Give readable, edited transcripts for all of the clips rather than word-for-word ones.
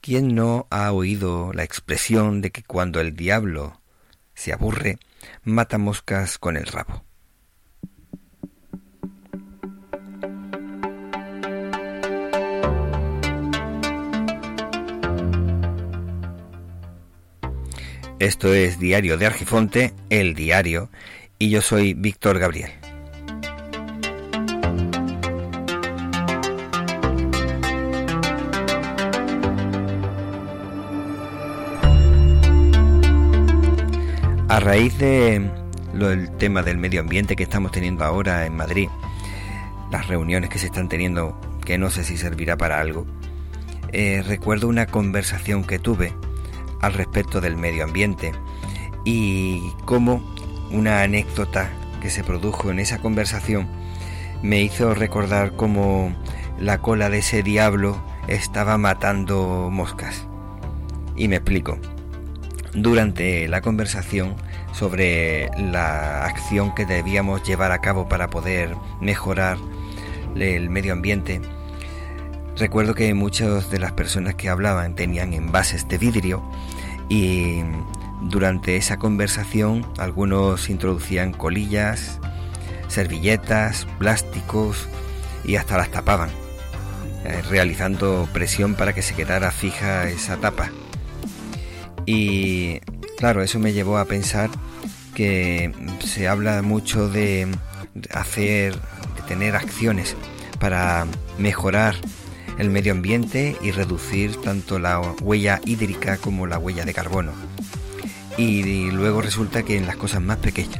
¿Quién no ha oído la expresión de que cuando el diablo se aburre, mata moscas con el rabo? Esto es Diario de Argifonte, el diario, y yo soy Víctor Gabriel. A raíz del tema del medio ambiente que estamos teniendo ahora en Madrid, las reuniones que se están teniendo, que no sé si servirá para algo, recuerdo una conversación que tuve al respecto del medio ambiente y cómo una anécdota que se produjo en esa conversación me hizo recordar cómo la cola de ese diablo estaba matando moscas. Y me explico. Durante la conversación sobre la acción que debíamos llevar a cabo para poder mejorar el medio ambiente, recuerdo que muchas de las personas que hablaban tenían envases de vidrio y durante esa conversación algunos introducían colillas, servilletas, plásticos y hasta las tapaban, realizando presión para que se quedara fija esa tapa. Y claro, eso me llevó a pensar que se habla mucho de tener acciones para mejorar el medio ambiente y reducir tanto la huella hídrica como la huella de carbono. Y luego resulta que en las cosas más pequeñas,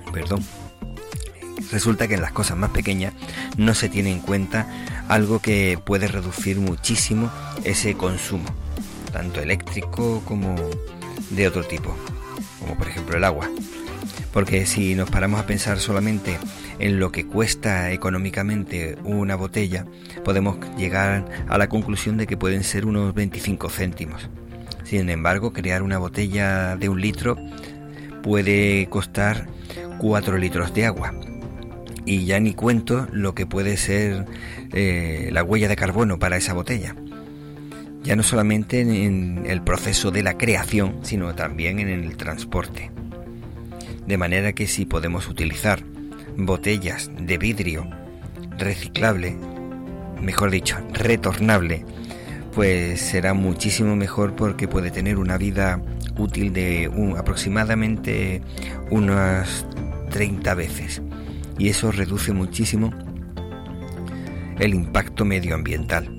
no se tiene en cuenta algo que puede reducir muchísimo ese consumo, tanto eléctrico como de otro tipo, como por ejemplo el agua. Porque si nos paramos a pensar solamente en lo que cuesta económicamente una botella, podemos llegar a la conclusión de que pueden ser unos 25 céntimos. Sin embargo, crear una botella de 1 litro puede costar 4 litros de agua. Y ya ni cuento lo que puede ser la huella de carbono para esa botella. Ya no solamente en el proceso de la creación, sino también en el transporte. De manera que si podemos utilizar botellas de vidrio reciclable, retornable, pues será muchísimo mejor porque puede tener una vida útil de aproximadamente unas 30 veces. Y eso reduce muchísimo el impacto medioambiental.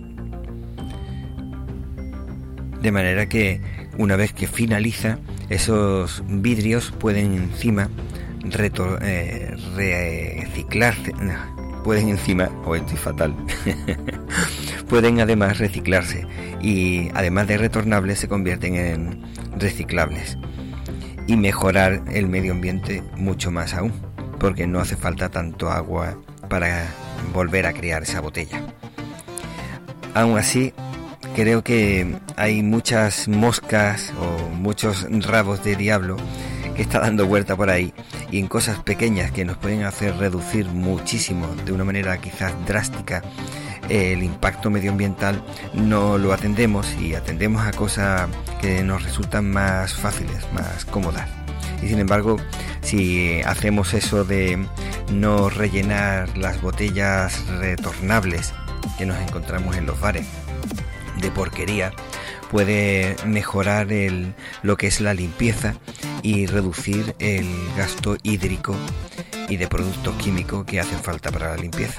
De manera que una vez que finaliza, esos vidrios pueden encima reciclarse. Pueden además reciclarse y además de retornables se convierten en reciclables y mejorar el medio ambiente mucho más aún, porque no hace falta tanto agua para volver a crear esa botella. Aún así, creo que hay muchas moscas o muchos rabos de diablo que está dando vuelta por ahí, y en cosas pequeñas que nos pueden hacer reducir muchísimo, de una manera quizás drástica, el impacto medioambiental, no lo atendemos y atendemos a cosas que nos resultan más fáciles, más cómodas. Y sin embargo, si hacemos eso de no rellenar las botellas retornables que nos encontramos en los bares de porquería, puede mejorar lo que es la limpieza y reducir el gasto hídrico y de productos químicos que hacen falta para la limpieza.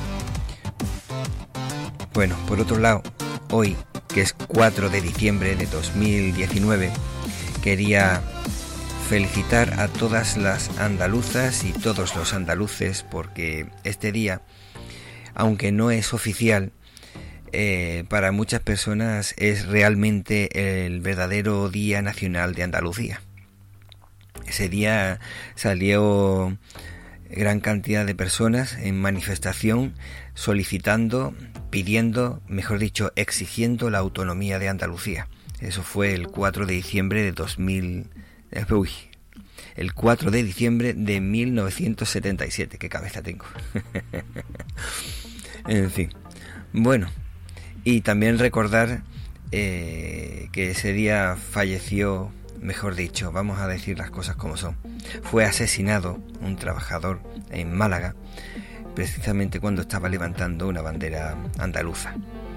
Bueno, por otro lado, hoy, que es 4 de diciembre de 2019, quería felicitar a todas las andaluzas y todos los andaluces, porque este día, aunque no es oficial, para muchas personas es realmente el verdadero Día Nacional de Andalucía. Ese día salió gran cantidad de personas en manifestación solicitando, pidiendo, mejor dicho, exigiendo la autonomía de Andalucía. Eso fue el 4 de diciembre de 1977, qué cabeza tengo. En fin, bueno, y también recordar que ese día falleció, mejor dicho, vamos a decir las cosas como son. Fue asesinado un trabajador en Málaga, precisamente cuando estaba levantando una bandera andaluza.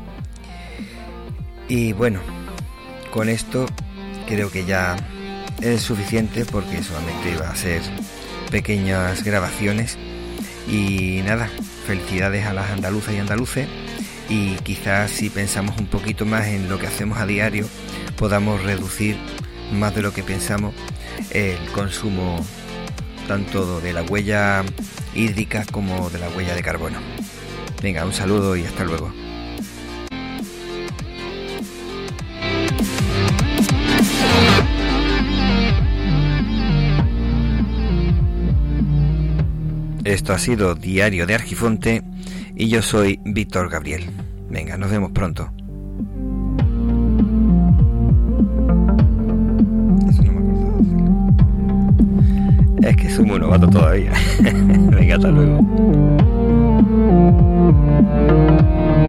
Y bueno, con esto creo que ya es suficiente, porque solamente iba a ser pequeñas grabaciones. Y nada, felicidades a las andaluzas y andaluces, y quizás si pensamos un poquito más en lo que hacemos a diario, podamos reducir más de lo que pensamos el consumo tanto de la huella hídrica como de la huella de carbono. Venga, un saludo y hasta luego. Esto ha sido Diario de Argifonte y yo soy Víctor Gabriel. Venga, nos vemos pronto. Eso no me acuerdo de hacerlo. Es que soy muy novato todavía. Venga, hasta luego.